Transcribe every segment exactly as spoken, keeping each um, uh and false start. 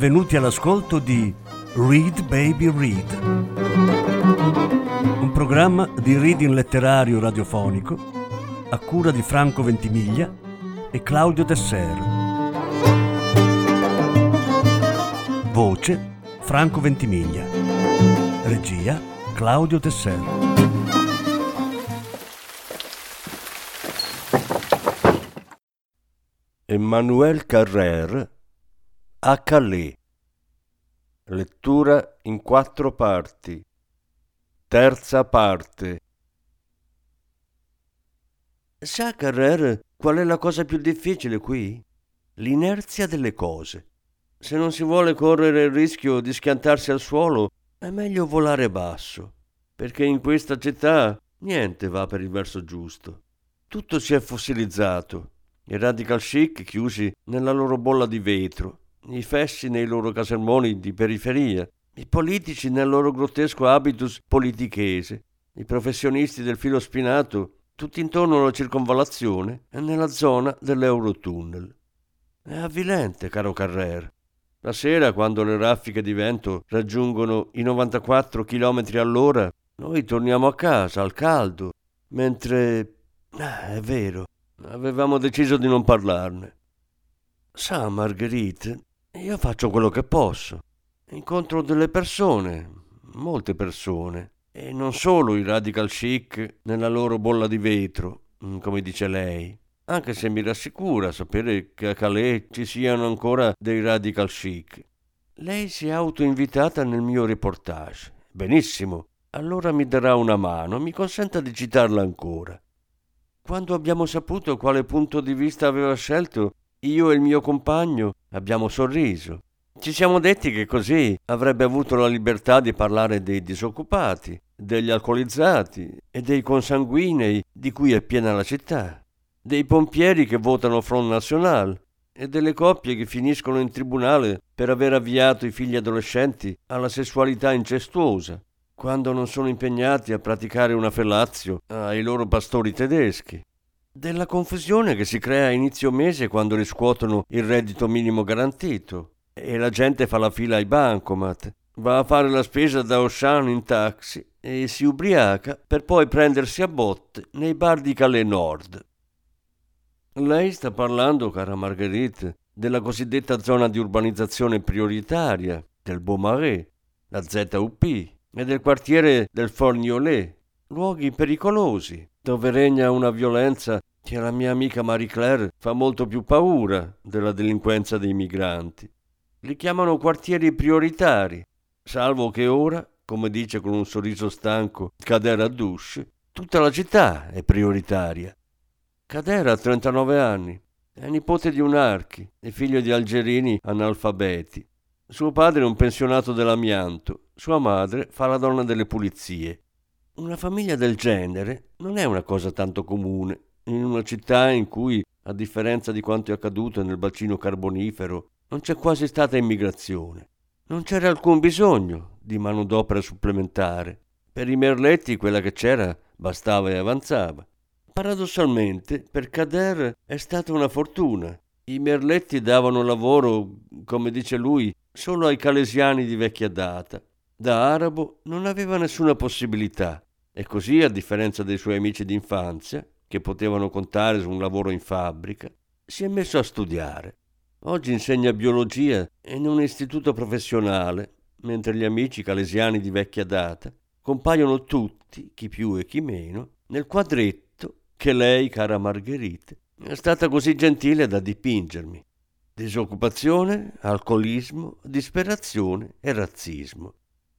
benvenuti all'ascolto di Read Baby Read, un programma di reading letterario radiofonico a cura di Franco Ventimiglia e Claudio Desser. Voce Franco Ventimiglia. Regia Claudio Desser. Emmanuel Carrère a Calais. Lettura in quattro parti. Terza parte. Sa Carrère qual è la cosa più difficile qui? L'inerzia delle cose. Se non si vuole correre il rischio di schiantarsi al suolo, è meglio volare basso, perché in questa città niente va per il verso giusto. Tutto si è fossilizzato. I radical chic chiusi nella loro bolla di vetro, i fessi nei loro casermoni di periferia, i politici nel loro grottesco habitus politichese, i professionisti del filo spinato tutti intorno alla circonvallazione e nella zona dell'Eurotunnel. È avvilente, caro Carrère. La sera, quando le raffiche di vento raggiungono i novantaquattro chilometri all'ora, noi torniamo a casa al caldo, mentre... Ah, è vero, avevamo deciso di non parlarne. Sa, Marguerite, io faccio quello che posso. Incontro delle persone, molte persone, e non solo i radical chic nella loro bolla di vetro, come dice lei, anche se mi rassicura sapere che a Calais ci siano ancora dei radical chic. Lei si è autoinvitata nel mio reportage. Benissimo, allora mi darà una mano, mi consenta di citarla ancora. Quando abbiamo saputo quale punto di vista aveva scelto, io e il mio compagno abbiamo sorriso. Ci siamo detti che così avrebbe avuto la libertà di parlare dei disoccupati, degli alcolizzati e dei consanguinei di cui è piena la città, dei pompieri che votano Front National e delle coppie che finiscono in tribunale per aver avviato i figli adolescenti alla sessualità incestuosa, quando non sono impegnati a praticare una fellazio ai loro pastori tedeschi. Della confusione che si crea a inizio mese quando riscuotono il reddito minimo garantito e la gente fa la fila ai bancomat, va a fare la spesa da Auchan in taxi e si ubriaca per poi prendersi a botte nei bar di Calais Nord. Lei sta parlando, cara Marguerite, della cosiddetta zona di urbanizzazione prioritaria, del Beaumarais, la Z U P e del quartiere del Forgnolet, luoghi pericolosi, dove regna una violenza che alla mia amica Marie Claire fa molto più paura della delinquenza dei migranti. Li chiamano quartieri prioritari, salvo che ora, come dice con un sorriso stanco Kader Haddouche, tutta la città è prioritaria. Kader ha trentanove anni, è nipote di un archi e figlio di algerini analfabeti. Suo padre è un pensionato dell'amianto, sua madre fa la donna delle pulizie. Una famiglia del genere non è una cosa tanto comune in una città in cui, a differenza di quanto è accaduto nel bacino carbonifero, non c'è quasi stata immigrazione. Non c'era alcun bisogno di manodopera supplementare. Per i merletti quella che c'era bastava e avanzava. Paradossalmente, per Kader è stata una fortuna. I merletti davano lavoro, come dice lui, solo ai calesiani di vecchia data. Da arabo non aveva nessuna possibilità e così, a differenza dei suoi amici d'infanzia, che potevano contare su un lavoro in fabbrica, si è messo a studiare. Oggi insegna biologia in un istituto professionale, mentre gli amici calesiani di vecchia data compaiono tutti, chi più e chi meno, nel quadretto che lei, cara Marguerite, è stata così gentile da dipingermi. Disoccupazione, alcolismo, disperazione e razzismo.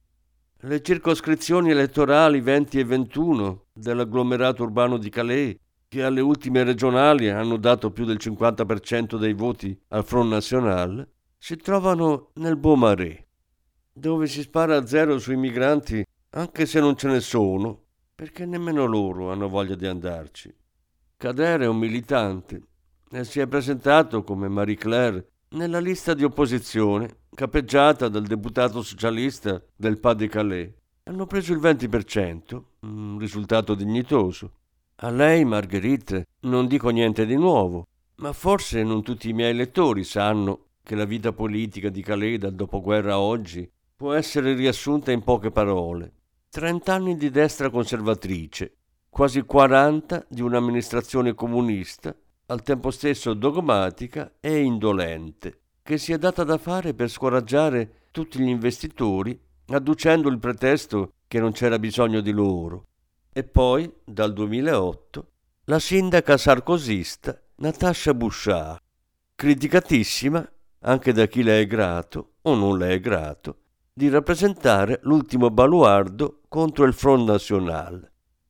Le circoscrizioni elettorali venti e ventuno dell'agglomerato urbano di Calais, che alle ultime regionali hanno dato più del cinquanta per cento dei voti al Front National, si trovano nel Beaumarais, dove si spara a zero sui migranti anche se non ce ne sono, perché nemmeno loro hanno voglia di andarci. Kader è un militante e si è presentato come Marie Claire nella lista di opposizione capeggiata dal deputato socialista del Pas-de-Calais. Hanno preso il venti per cento, un risultato dignitoso. A lei, Marguerite, non dico niente di nuovo, ma forse non tutti i miei lettori sanno che la vita politica di Calais dal dopoguerra a oggi può essere riassunta in poche parole. Trent'anni di destra conservatrice, quasi quaranta di un'amministrazione comunista, al tempo stesso dogmatica e indolente, che si è data da fare per scoraggiare tutti gli investitori, adducendo il pretesto che non c'era bisogno di loro. E poi, dal duemilaotto, la sindaca sarkozista Natasha Bouchard, criticatissima, anche da chi le è grato o non le è grato, di rappresentare l'ultimo baluardo contro il Front National.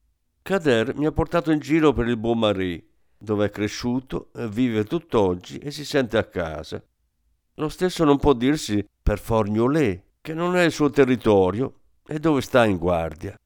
Kader mi ha portato in giro per il Beau Marais, dove è cresciuto, vive tutt'oggi e si sente a casa. Lo stesso non può dirsi per Forgnolet, che non è il suo territorio e dove sta in guardia.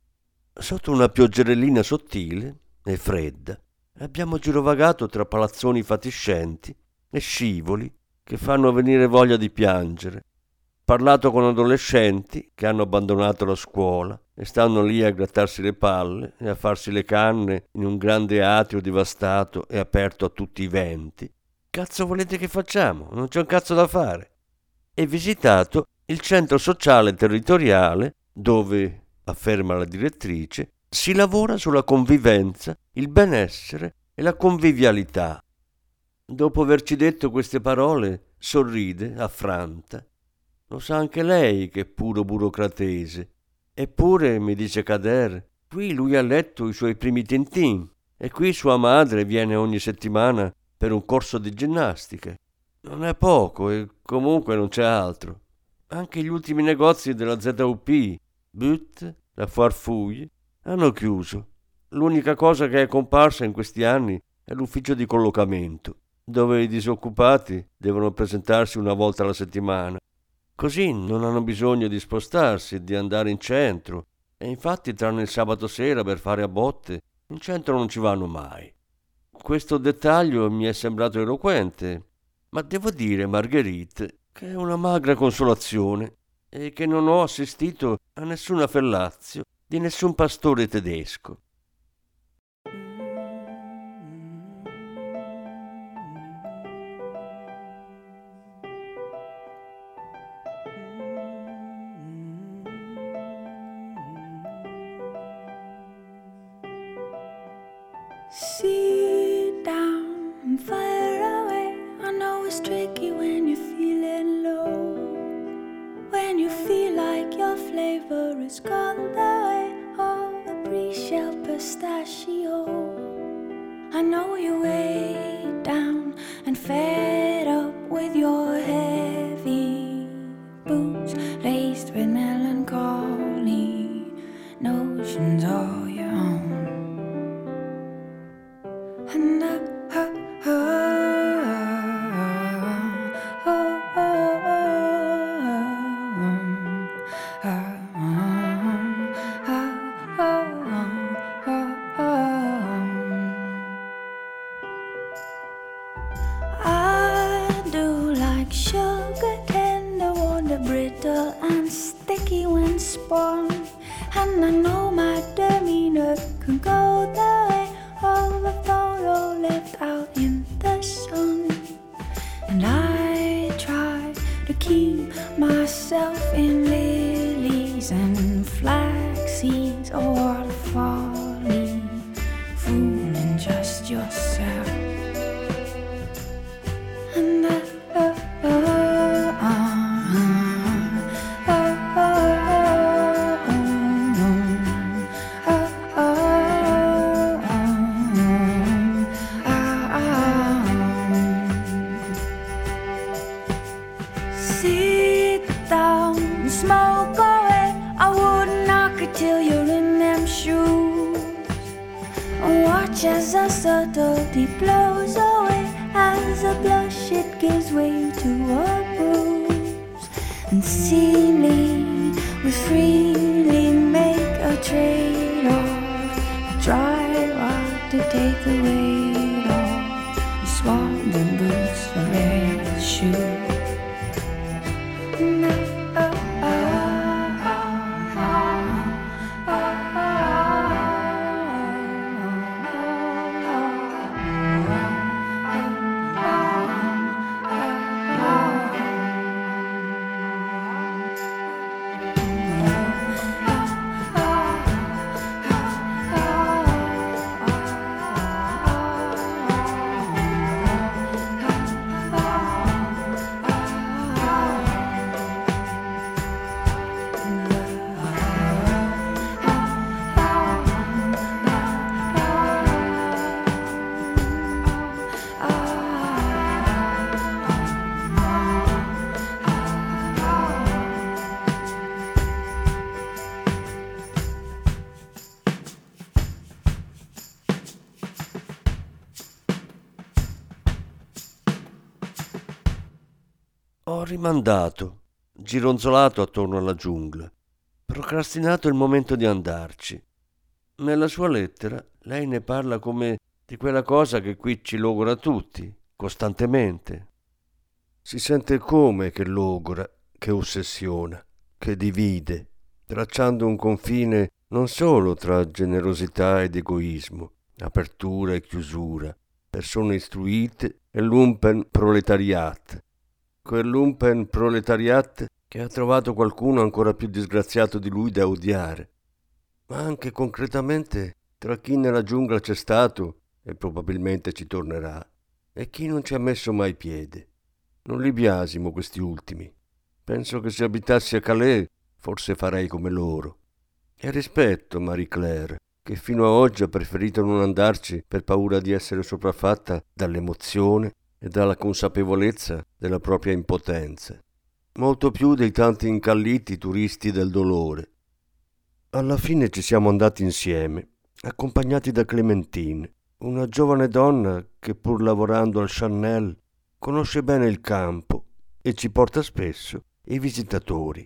Sotto una pioggerellina sottile e fredda abbiamo girovagato tra palazzoni fatiscenti e scivoli che fanno venire voglia di piangere, parlato con adolescenti che hanno abbandonato la scuola e stanno lì a grattarsi le palle e a farsi le canne in un grande atrio devastato e aperto a tutti i venti. Cazzo volete che facciamo? Non c'è un cazzo da fare. E visitato il centro sociale territoriale dove, afferma la direttrice, si lavora sulla convivenza, il benessere e la convivialità. Dopo averci detto queste parole, sorride, affranta. Lo sa anche lei che è puro burocratese. Eppure, mi dice Kader, qui lui ha letto i suoi primi Tintin e qui sua madre viene ogni settimana per un corso di ginnastiche. Non è poco e comunque non c'è altro. Anche gli ultimi negozi della Z U P, But, la Foire, hanno chiuso. L'unica cosa che è comparsa in questi anni è l'ufficio di collocamento, dove i disoccupati devono presentarsi una volta alla settimana. Così non hanno bisogno di spostarsi, di andare in centro. E infatti, tranne il sabato sera per fare a botte, in centro non ci vanno mai. Questo dettaglio mi è sembrato eloquente, ma devo dire, Marguerite, che è una magra consolazione e che non ho assistito a nessuna fellazio di nessun pastore tedesco. Sit down and fire away. I know it's tricky when you're feeling low, when you feel like your flavor is gone the way of a pre-shell pistachio. I know you're way down and fed up with your heavy boots laced with melancholy notions all your own. And I, I, I, oh, oh, oh, oh, I do like sugar candy, water brittle and sticky when spun. And I know my demeanor can go the way of a photo left out in the sun. And I try to keep myself in lilies and flax seeds or waterfalling, fooling just yourself. And I, uh, uh, uh, uh, uh, sit down and smoke away. I wouldn't knock it till you're in them shoes. Watch as the subtlety blows away, as a blush it gives way to a bruise. And see me, we freely make a trade-off, a dry rock to take the weight off. You swap the boots for red shoes. Oh Ho rimandato, gironzolato attorno alla giungla, procrastinato il momento di andarci. Nella sua lettera lei ne parla come di quella cosa che qui ci logora tutti, costantemente. Si sente come che logora, che ossessiona, che divide, tracciando un confine non solo tra generosità ed egoismo, apertura e chiusura, persone istruite e lumpen proletariat, quel lumpen proletariat che ha trovato qualcuno ancora più disgraziato di lui da odiare, ma anche concretamente tra chi nella giungla c'è stato e probabilmente ci tornerà e chi non ci ha messo mai piede. Non li biasimo questi ultimi. Penso che se abitassi a Calais forse farei come loro. E rispetto Marie Claire, che fino a oggi ha preferito non andarci per paura di essere sopraffatta dall'emozione e dalla consapevolezza della propria impotenza, molto più dei tanti incalliti turisti del dolore. Alla fine ci siamo andati insieme, accompagnati da Clementine, una giovane donna che pur lavorando al Chanel conosce bene il campo e ci porta spesso i visitatori.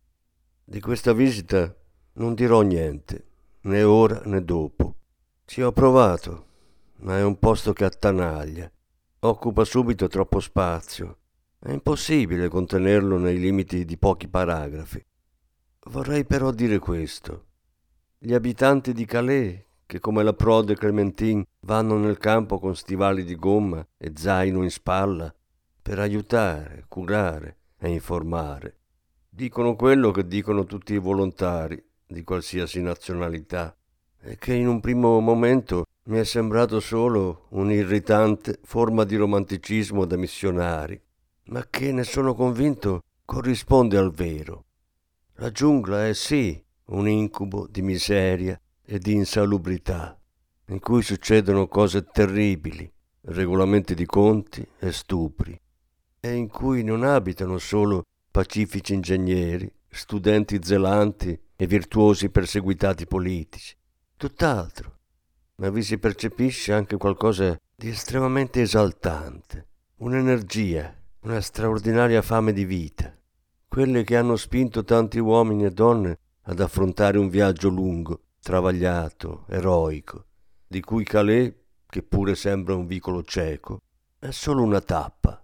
Di questa visita non dirò niente, né ora né dopo. Ci ho provato, ma è un posto che attanaglia, occupa subito troppo spazio. È impossibile contenerlo nei limiti di pochi paragrafi. Vorrei però dire questo. Gli abitanti di Calais, che come la prode Clementine vanno nel campo con stivali di gomma e zaino in spalla per aiutare, curare e informare, dicono quello che dicono tutti i volontari di qualsiasi nazionalità e che in un primo momento mi è sembrato solo un'irritante forma di romanticismo da missionari, ma che, ne sono convinto, corrisponde al vero. La giungla è sì un incubo di miseria e di insalubrità, in cui succedono cose terribili, regolamenti di conti e stupri, e in cui non abitano solo pacifici ingegneri, studenti zelanti e virtuosi perseguitati politici. Tutt'altro, ma vi si percepisce anche qualcosa di estremamente esaltante, un'energia, una straordinaria fame di vita, quelle che hanno spinto tanti uomini e donne ad affrontare un viaggio lungo, travagliato, eroico, di cui Calais, che pure sembra un vicolo cieco, è solo una tappa.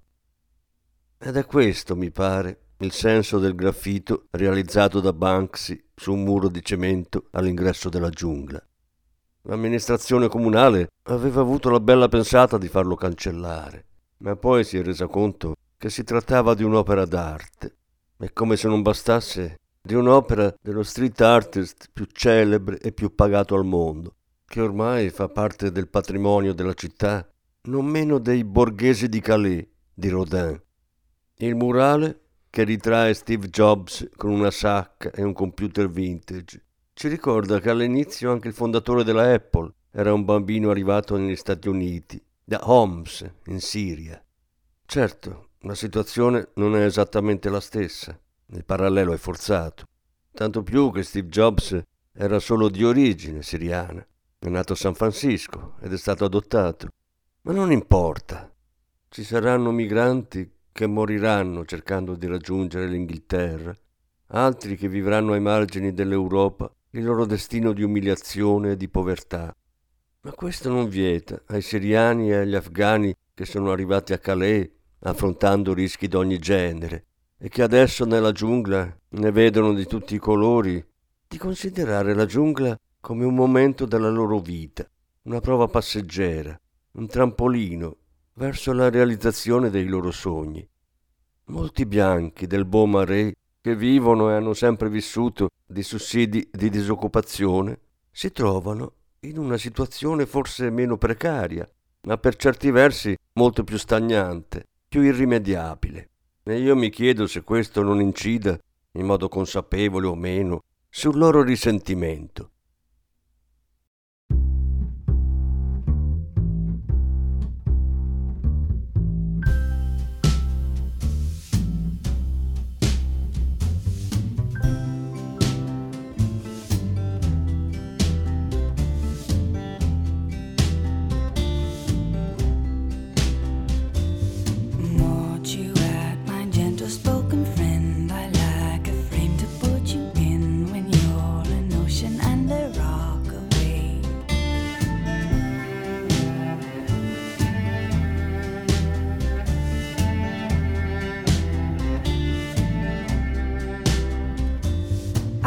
Ed è questo, mi pare, il senso del graffito realizzato da Banksy su un muro di cemento all'ingresso della giungla. L'amministrazione comunale aveva avuto la bella pensata di farlo cancellare, ma poi si è resa conto che si trattava di un'opera d'arte e, come se non bastasse, di un'opera dello street artist più celebre e più pagato al mondo, che ormai fa parte del patrimonio della città, non meno dei borghesi di Calais, di Rodin. Il murale, che ritrae Steve Jobs con una sacca e un computer vintage, ci ricorda che all'inizio anche il fondatore della Apple era un bambino arrivato negli Stati Uniti, da Homs, in Siria. Certo, la situazione non è esattamente la stessa. Il parallelo è forzato, tanto più che Steve Jobs era solo di origine siriana, è nato a San Francisco ed è stato adottato. Ma non importa, ci saranno migranti che moriranno cercando di raggiungere l'Inghilterra, altri che vivranno ai margini dell'Europa il loro destino di umiliazione e di povertà. Ma questo non vieta ai siriani e agli afghani che sono arrivati a Calais affrontando rischi d'ogni genere e che adesso nella giungla ne vedono di tutti i colori, di considerare la giungla come un momento della loro vita, una prova passeggera, un trampolino verso la realizzazione dei loro sogni. Molti bianchi del Beau Marais, che vivono e hanno sempre vissuto di sussidi di disoccupazione, si trovano in una situazione forse meno precaria, ma per certi versi molto più stagnante, più irrimediabile. E io mi chiedo se questo non incida, in modo consapevole o meno, sul loro risentimento.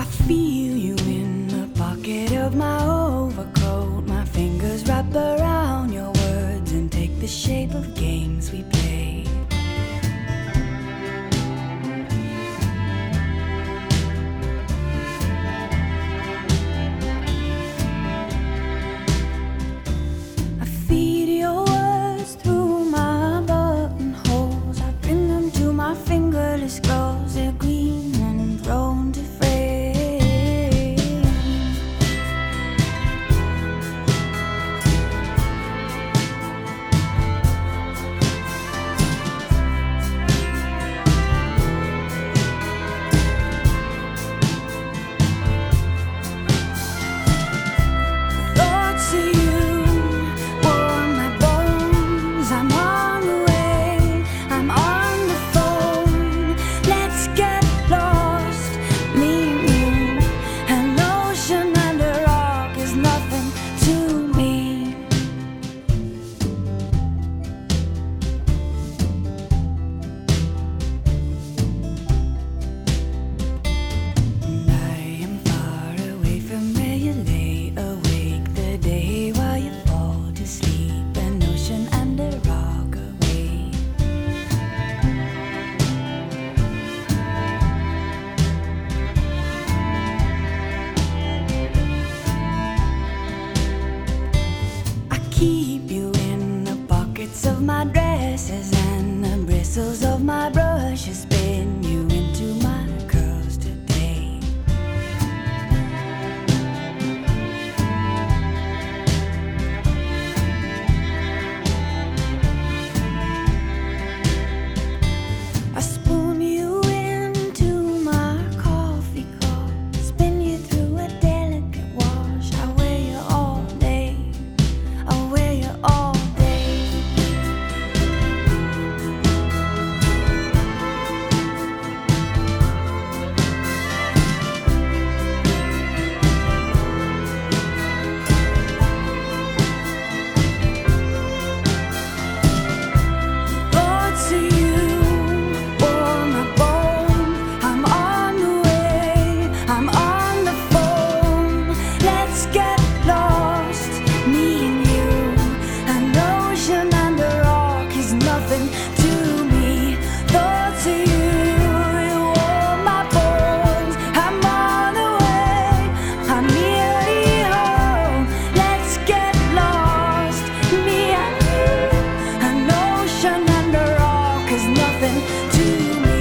feel you in the pocket of my overcoat. My fingers wrap around your words and take the shape of games we play. I feed your words through my buttonholes. I bring them to my fingerless gloves. They're green and prone to frame. Thoughts of you warm my bones. I'm on the way, I'm on the phone. Let's get lost, me and you. An ocean and a rock is nothing to me. And I am far away from where you lay awake the day while you fall to sleep. An ocean and a rock away. I keep you in the pockets of my dresses and the bristles of my brushes. Spin you into my curls today. I spoon you into my coffee cup. Spin you through a delicate wash. I wear you all day. I wear you all day. Thoughts of you warm my bones. I'm on the way, I'm on the phone. Let's get lost, me and you. An ocean and a rock is nothing to me. Thoughts of you warm my bones. I'm on the way, I'm nearly home. Let's get lost, me and you. An ocean and a rock is nothing to me.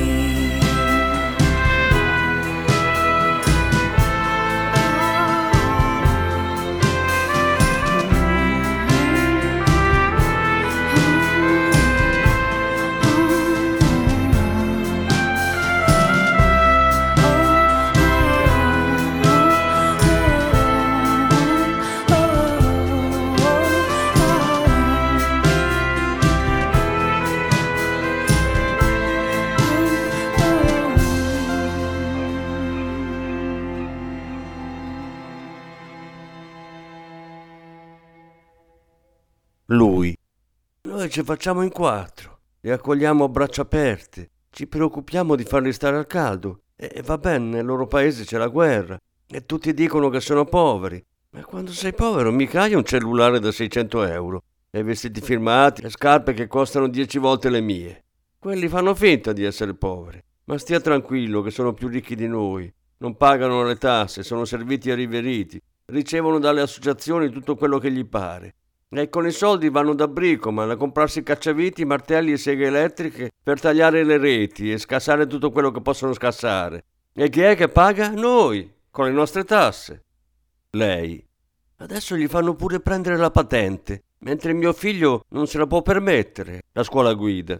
Lui. Noi ci facciamo in quattro, li accogliamo a braccia aperte, ci preoccupiamo di farli stare al caldo. E va bene, nel loro paese c'è la guerra e tutti dicono che sono poveri. Ma quando sei povero mica hai un cellulare da seicento euro, e vestiti firmati, le scarpe che costano dieci volte le mie. Quelli fanno finta di essere poveri, ma stia tranquillo che sono più ricchi di noi. Non pagano le tasse, sono serviti e riveriti, ricevono dalle associazioni tutto quello che gli pare. E con i soldi vanno da Bricoman a comprarsi cacciaviti, martelli e seghe elettriche per tagliare le reti e scassare tutto quello che possono scassare. E chi è che paga? Noi, con le nostre tasse. Lei. Adesso gli fanno pure prendere la patente, mentre mio figlio non se la può permettere, la scuola guida.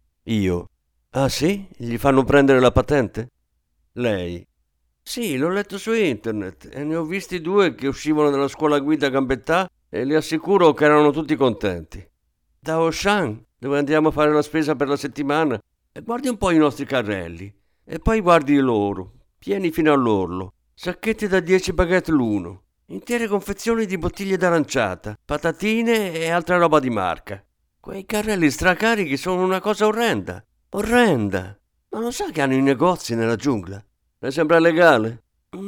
Io. Ah sì? Gli fanno prendere la patente? Lei. Sì, l'ho letto su internet e ne ho visti due che uscivano dalla scuola guida a gambetà e le assicuro che erano tutti contenti. Da Auchan, dove andiamo a fare la spesa per la settimana, e guardi un po' i nostri carrelli, e poi guardi i loro, pieni fino all'orlo, sacchetti da dieci baguette l'uno, intere confezioni di bottiglie d'aranciata, patatine e altra roba di marca. Quei carrelli stracarichi sono una cosa orrenda, orrenda. Ma lo sa che hanno i negozi nella giungla? Le sembra legale?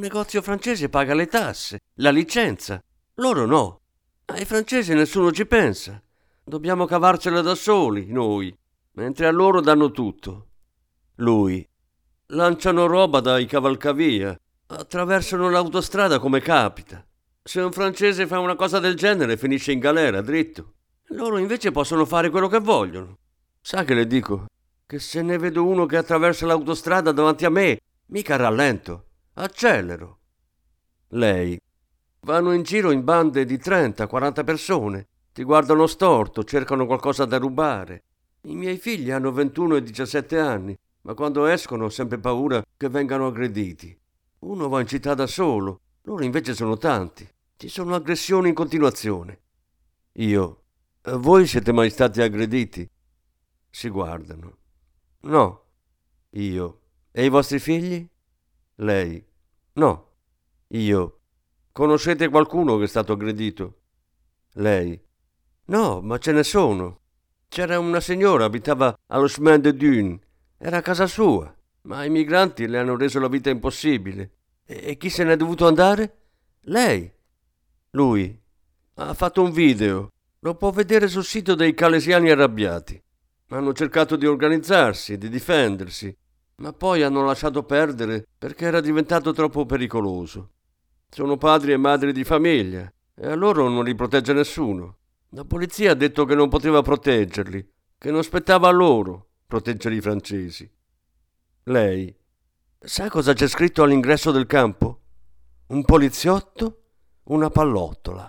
negozio francese paga le tasse, la licenza. Loro no. Ai francesi nessuno ci pensa. Dobbiamo cavarcela da soli, noi, mentre a loro danno tutto. Lui. Lanciano roba dai cavalcavia, attraversano l'autostrada come capita. Se un francese fa una cosa del genere finisce in galera, dritto. Loro invece possono fare quello che vogliono. Sa che le dico? Che se ne vedo uno che attraversa l'autostrada davanti a me, mica rallento, accelero. Lei. Vanno in giro in bande di trenta quaranta persone, ti guardano storto, cercano qualcosa da rubare. I miei figli hanno ventuno e diciassette anni, ma quando escono ho sempre paura che vengano aggrediti. Uno va in città da solo, loro invece sono tanti. Ci sono aggressioni in continuazione. Io. Voi siete mai stati aggrediti? Si guardano. No. Io. E i vostri figli? Lei. No. Io. Conoscete qualcuno che è stato aggredito? Lei. No, ma ce ne sono. C'era una signora, abitava allo Chemin de Dune. Era a casa sua, ma i migranti le hanno reso la vita impossibile. E, e chi se n'è dovuto andare? Lei. Lui. Ha fatto un video. Lo può vedere sul sito dei Calesiani Arrabbiati. Hanno cercato di organizzarsi, di difendersi, ma poi hanno lasciato perdere perché era diventato troppo pericoloso. Sono padri e madri di famiglia e a loro non li protegge nessuno. La polizia ha detto che non poteva proteggerli, che non spettava a loro proteggere i francesi. Lei. Sa cosa c'è scritto all'ingresso del campo? Un poliziotto, una pallottola.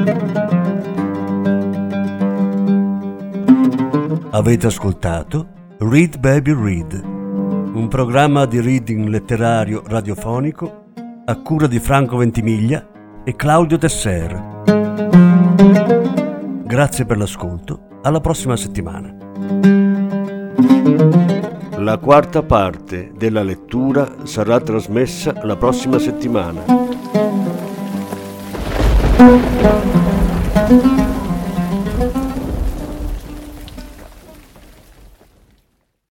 Avete ascoltato Read Baby Read, un programma di reading letterario radiofonico a cura di Franco Ventimiglia e Claudio Tesser. Grazie per l'ascolto, alla prossima settimana. La quarta parte della lettura sarà trasmessa la prossima settimana.